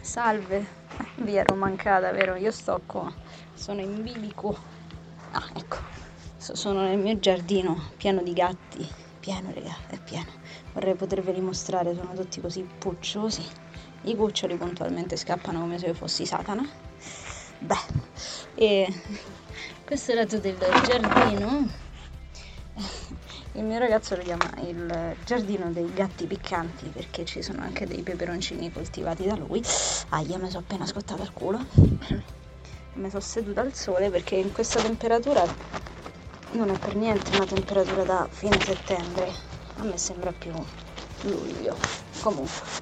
Salve, vi ero mancata, vero? Io sto qua, sono in bilico. Ah, ecco, sono nel mio giardino pieno di gatti, pieno, raga, è pieno. Vorrei poterveli mostrare, sono tutti così pucciosi. I cuccioli puntualmente scappano come se io fossi Satana. Beh, e questo lato del giardino, il mio ragazzo lo chiama il giardino dei gatti piccanti perché ci sono anche dei peperoncini coltivati da lui. Io mi sono appena scottata il culo. Mi sono seduta al sole perché in questa temperatura non è per niente una temperatura da fine settembre. A me sembra più luglio. Comunque,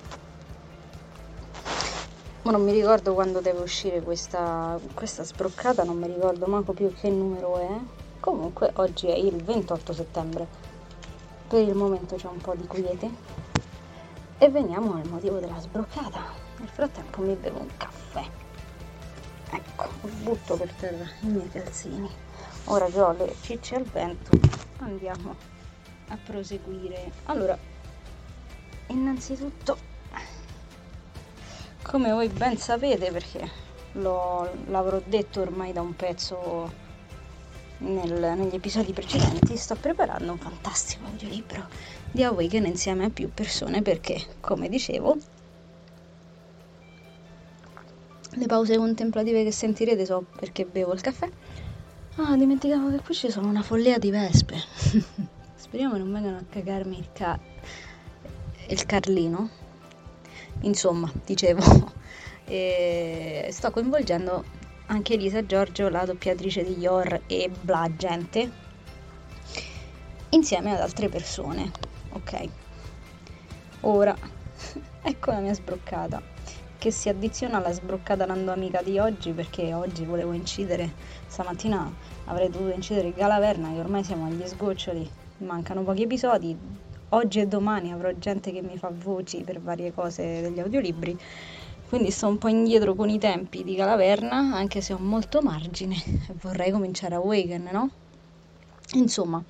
ma non mi ricordo quando deve uscire questa sbroccata, non mi ricordo manco più che numero è. Comunque oggi è il 28 settembre, per il momento c'è un po' di quiete e veniamo al motivo della sbroccata. Nel frattempo mi bevo un caffè, ecco, butto per terra i miei calzini. Ora che ho le cicce al vento andiamo a proseguire. Allora, innanzitutto, come voi ben sapete, perché l'avrò detto ormai da un pezzo negli episodi precedenti, sto preparando un fantastico audiolibro di Awaken insieme a più persone perché, come dicevo, le pause contemplative che sentirete so perché bevo il caffè. Dimenticavo che qui ci sono una follia di vespe. Speriamo non vengano a cagarmi il Carlino. Insomma, dicevo, sto coinvolgendo anche Elisa Giorgio, la doppiatrice di Yor e bla gente, insieme ad altre persone, ok? Ora, ecco la mia sbroccata, che si addiziona alla sbroccata randomica di oggi, perché oggi volevo incidere, stamattina avrei dovuto incidere il Galaverna, che ormai siamo agli sgoccioli, mancano pochi episodi, oggi e domani avrò gente che mi fa voci per varie cose degli audiolibri, quindi sto un po' indietro con i tempi di Galaverna, anche se ho molto margine e vorrei cominciare a Awaken, no? Insomma,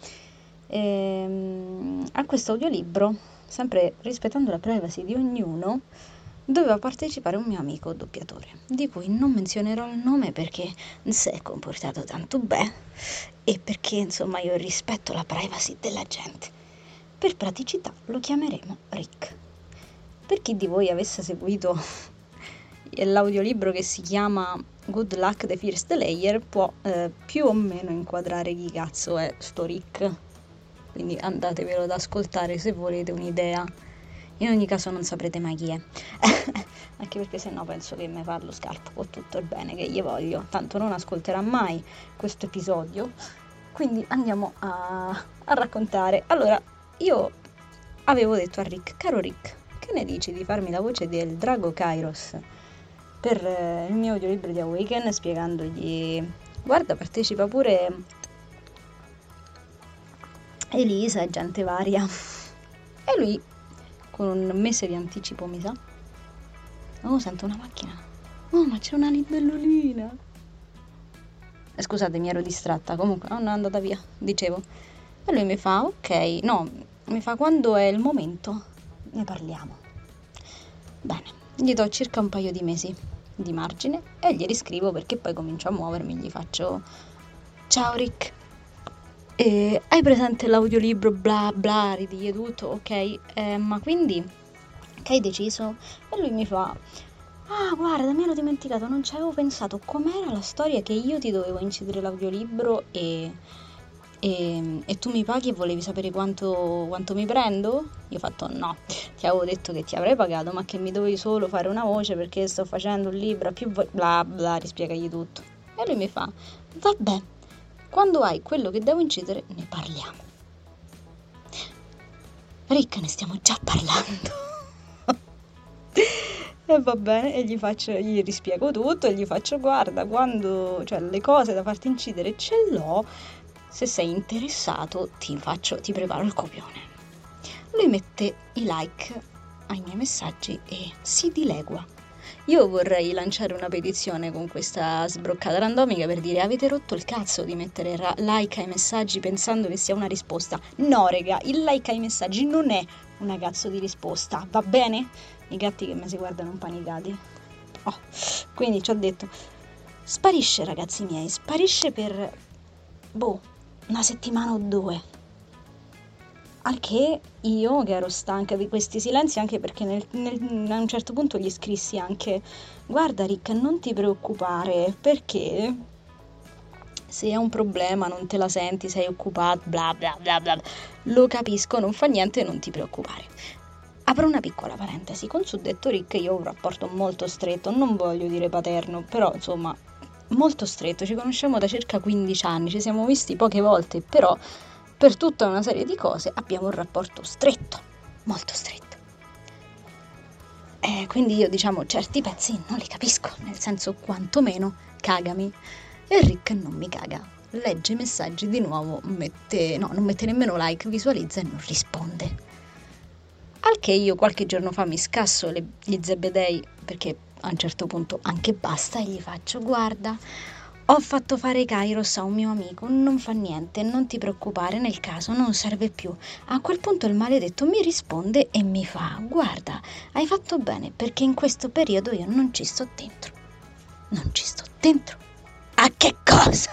a questo audiolibro, sempre rispettando la privacy di ognuno, doveva partecipare un mio amico doppiatore, di cui non menzionerò il nome perché si è comportato tanto bene e perché, insomma, io rispetto la privacy della gente. Per praticità lo chiameremo Rick. Per chi di voi avesse seguito l'audiolibro che si chiama Good Luck The First Layer può più o meno inquadrare chi cazzo è sto Rick, quindi andatevelo ad ascoltare se volete un'idea. In ogni caso non saprete mai chi è anche perché sennò penso che mi fa lo scalpo con tutto il bene che gli voglio, tanto non ascolterà mai questo episodio, quindi andiamo a raccontare. Allora, io avevo detto a Rick: caro Rick, che ne dici di farmi la voce del drago Kairos per il mio audiolibro di Awaken, spiegandogli: guarda, partecipa pure Elisa e gente varia. E lui, con un mese di anticipo, mi sa, sento una macchina, ma c'è una libellulina. Scusate, mi ero distratta, comunque non è andata via, dicevo. E lui mi fa: ok, no, mi fa: quando è il momento ne parliamo. Bene, gli do circa un paio di mesi di margine e gli riscrivo, perché poi comincio a muovermi, gli faccio: ciao Rick, hai presente l'audiolibro bla bla, ridiglie tutto, ok, ma quindi che hai deciso? E lui mi fa: guarda, mi ero dimenticato, non ci avevo pensato, com'era la storia che io ti dovevo incidere l'audiolibro e tu mi paghi e volevi sapere quanto mi prendo? Io ho fatto: no, ti avevo detto che ti avrei pagato, ma che mi dovevi solo fare una voce perché sto facendo un libro a più bla bla, rispiegagli tutto. E lui mi fa: vabbè, quando hai quello che devo incidere ne parliamo. Rick, ne stiamo già parlando. E va bene, e gli rispiego tutto e gli faccio: guarda, quando, cioè, le cose da farti incidere ce l'ho, se sei interessato ti preparo il copione. Lui mette i like ai miei messaggi e si dilegua. Io vorrei lanciare una petizione con questa sbroccata randomica per dire: avete rotto il cazzo di mettere like ai messaggi pensando che sia una risposta. No, raga, il like ai messaggi non è una cazzo di risposta, va bene? I gatti che mi si guardano impanicati. Quindi ci ho detto, sparisce ragazzi miei, sparisce per, una settimana o 2. Al che io, che ero stanca di questi silenzi, anche perché a un certo punto gli scrissi anche, guarda Rick, non ti preoccupare, perché se è un problema non te la senti, sei occupato, bla bla bla bla, lo capisco, non fa niente, non ti preoccupare. Apro una piccola parentesi, con suddetto Rick io ho un rapporto molto stretto, non voglio dire paterno, però insomma molto stretto, ci conosciamo da circa 15 anni, ci siamo visti poche volte, però per tutta una serie di cose abbiamo un rapporto stretto, molto stretto. Quindi io diciamo certi pezzi non li capisco, nel senso quantomeno cagami. E Rick non mi caga, legge i messaggi di nuovo, non mette nemmeno like, visualizza e non risponde. Al che io qualche giorno fa mi scasso gli zebedei, perché a un certo punto anche basta, e gli faccio, guarda, ho fatto fare i Kairos a un mio amico, non fa niente, non ti preoccupare, nel caso non serve più. A quel punto il maledetto mi risponde e mi fa, guarda, hai fatto bene, perché in questo periodo io non ci sto dentro. Non ci sto dentro. A che cosa?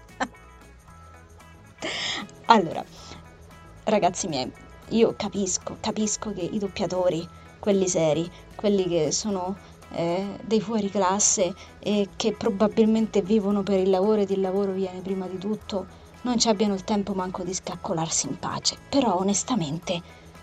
Allora, ragazzi miei, io capisco che i doppiatori, quelli seri, quelli che sono dei fuori classe e che probabilmente vivono per il lavoro ed il lavoro viene prima di tutto, non ci abbiano il tempo manco di scaccolarsi in pace. Però onestamente,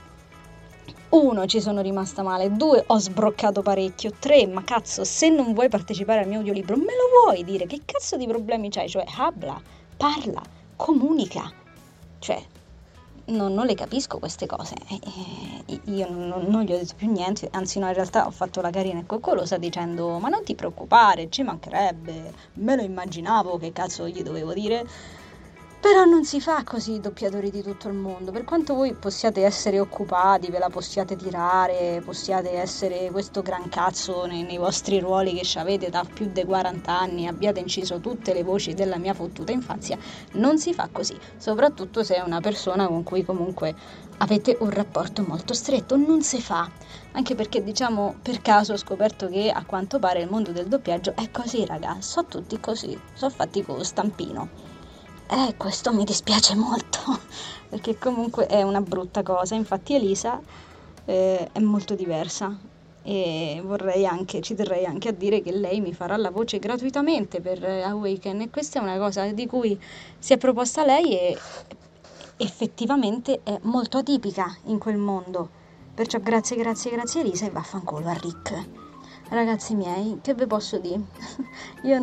1, ci sono rimasta male, 2, ho sbroccato parecchio, 3, ma cazzo, se non vuoi partecipare al mio audiolibro, me lo vuoi dire? Che cazzo di problemi c'hai? Cioè, habla, parla, comunica. Cioè, non le capisco queste cose. Io non gli ho detto più niente, anzi no, in realtà ho fatto la carina e coccolosa dicendo, ma non ti preoccupare, ci mancherebbe, me lo immaginavo, che cazzo gli dovevo dire. Però non si fa così, doppiatori di tutto il mondo. Per quanto voi possiate essere occupati, ve la possiate tirare, possiate essere questo gran cazzo nei vostri ruoli che avete da più di 40 anni, abbiate inciso tutte le voci della mia fottuta infanzia, non si fa così. Soprattutto se è una persona con cui comunque avete un rapporto molto stretto, non si fa. Anche perché, diciamo, per caso ho scoperto che a quanto pare il mondo del doppiaggio è così, raga, sono tutti così, sono fatti con stampino. Questo mi dispiace molto, perché comunque è una brutta cosa. Infatti Elisa è molto diversa e ci terrei anche a dire che lei mi farà la voce gratuitamente per Awaken, e questa è una cosa di cui si è proposta lei e effettivamente è molto atipica in quel mondo. Perciò grazie Elisa, e vaffanculo a Rick. Ragazzi miei, che vi posso dire? Io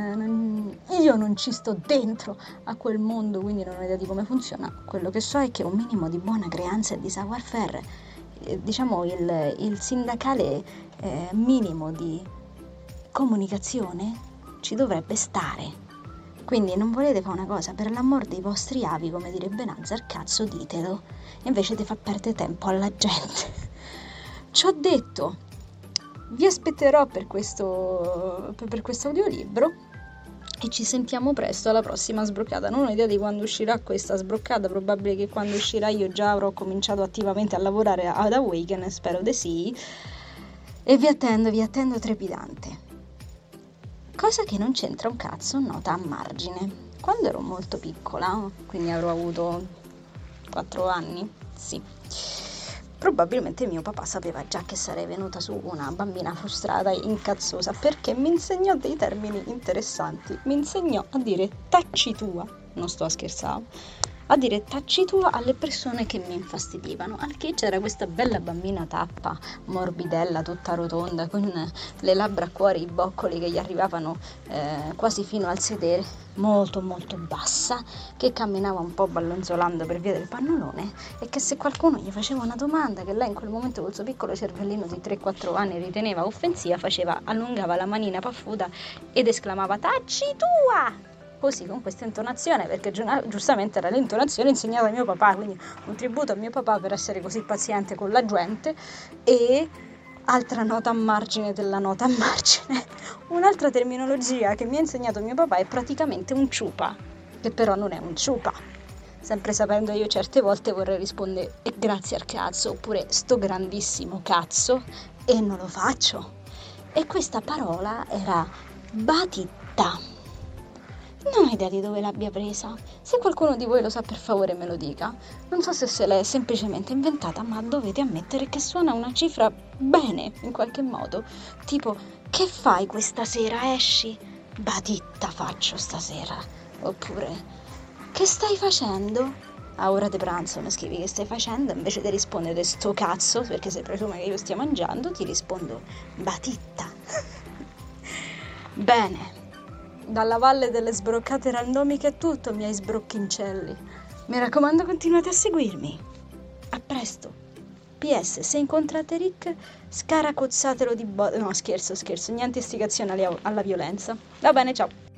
non ci sto dentro a quel mondo, quindi non ho idea di come funziona. Quello che so è che un minimo di buona creanza e di savoir-faire, diciamo il sindacale minimo di comunicazione ci dovrebbe stare. Quindi non volete fare una cosa per l'amor dei vostri avi, come direbbe Nazar, cazzo ditelo, invece di far perdere tempo alla gente. Ci ho detto. Vi aspetterò per questo audiolibro e ci sentiamo presto alla prossima sbroccata. Non ho idea di quando uscirà questa sbroccata, probabile che quando uscirà io già avrò cominciato attivamente a lavorare ad Awaken, spero di sì, e vi attendo trepidante. Cosa che non c'entra un cazzo, nota a margine. Quando ero molto piccola, quindi avrò avuto 4 anni, sì, probabilmente mio papà sapeva già che sarei venuta su una bambina frustrata e incazzosa, perché mi insegnò dei termini interessanti. Mi insegnò a dire tacci tua, non sto a scherzare, a dire tacci tua alle persone che mi infastidivano. Al che c'era questa bella bambina tappa, morbidella, tutta rotonda, con le labbra a cuore, i boccoli che gli arrivavano quasi fino al sedere, molto molto bassa, che camminava un po' ballonzolando per via del pannolone, e che se qualcuno gli faceva una domanda che lei in quel momento col suo piccolo cervellino di 3-4 anni riteneva offensiva, allungava la manina paffuta ed esclamava tacci tua! Così, con questa intonazione, perché giustamente era l'intonazione insegnata da mio papà, quindi un tributo a mio papà per essere così paziente con la gente. E altra nota a margine della nota a margine, un'altra terminologia che mi ha insegnato mio papà è praticamente un ciupa, che però non è un ciupa. Sempre sapendo io certe volte vorrei rispondere e grazie al cazzo, oppure sto grandissimo cazzo, e non lo faccio. E questa parola era Batitta. Non ho idea di dove l'abbia presa. Se qualcuno di voi lo sa, per favore me lo dica. Non so se l'è semplicemente inventata, ma dovete ammettere che suona una cifra bene, in qualche modo. Tipo, che fai questa sera, esci? Batitta faccio stasera. Oppure, che stai facendo? A ora di pranzo mi scrivi che stai facendo, invece di rispondere sto cazzo, perché se presume che io stia mangiando, ti rispondo Batitta. Bene. Dalla valle delle sbroccate randomiche è tutto, miei sbrocchincelli. Mi raccomando, continuate a seguirmi. A presto. PS, se incontrate Rick, scaracozzatelo di No, scherzo, niente istigazione alla violenza. Va bene, ciao.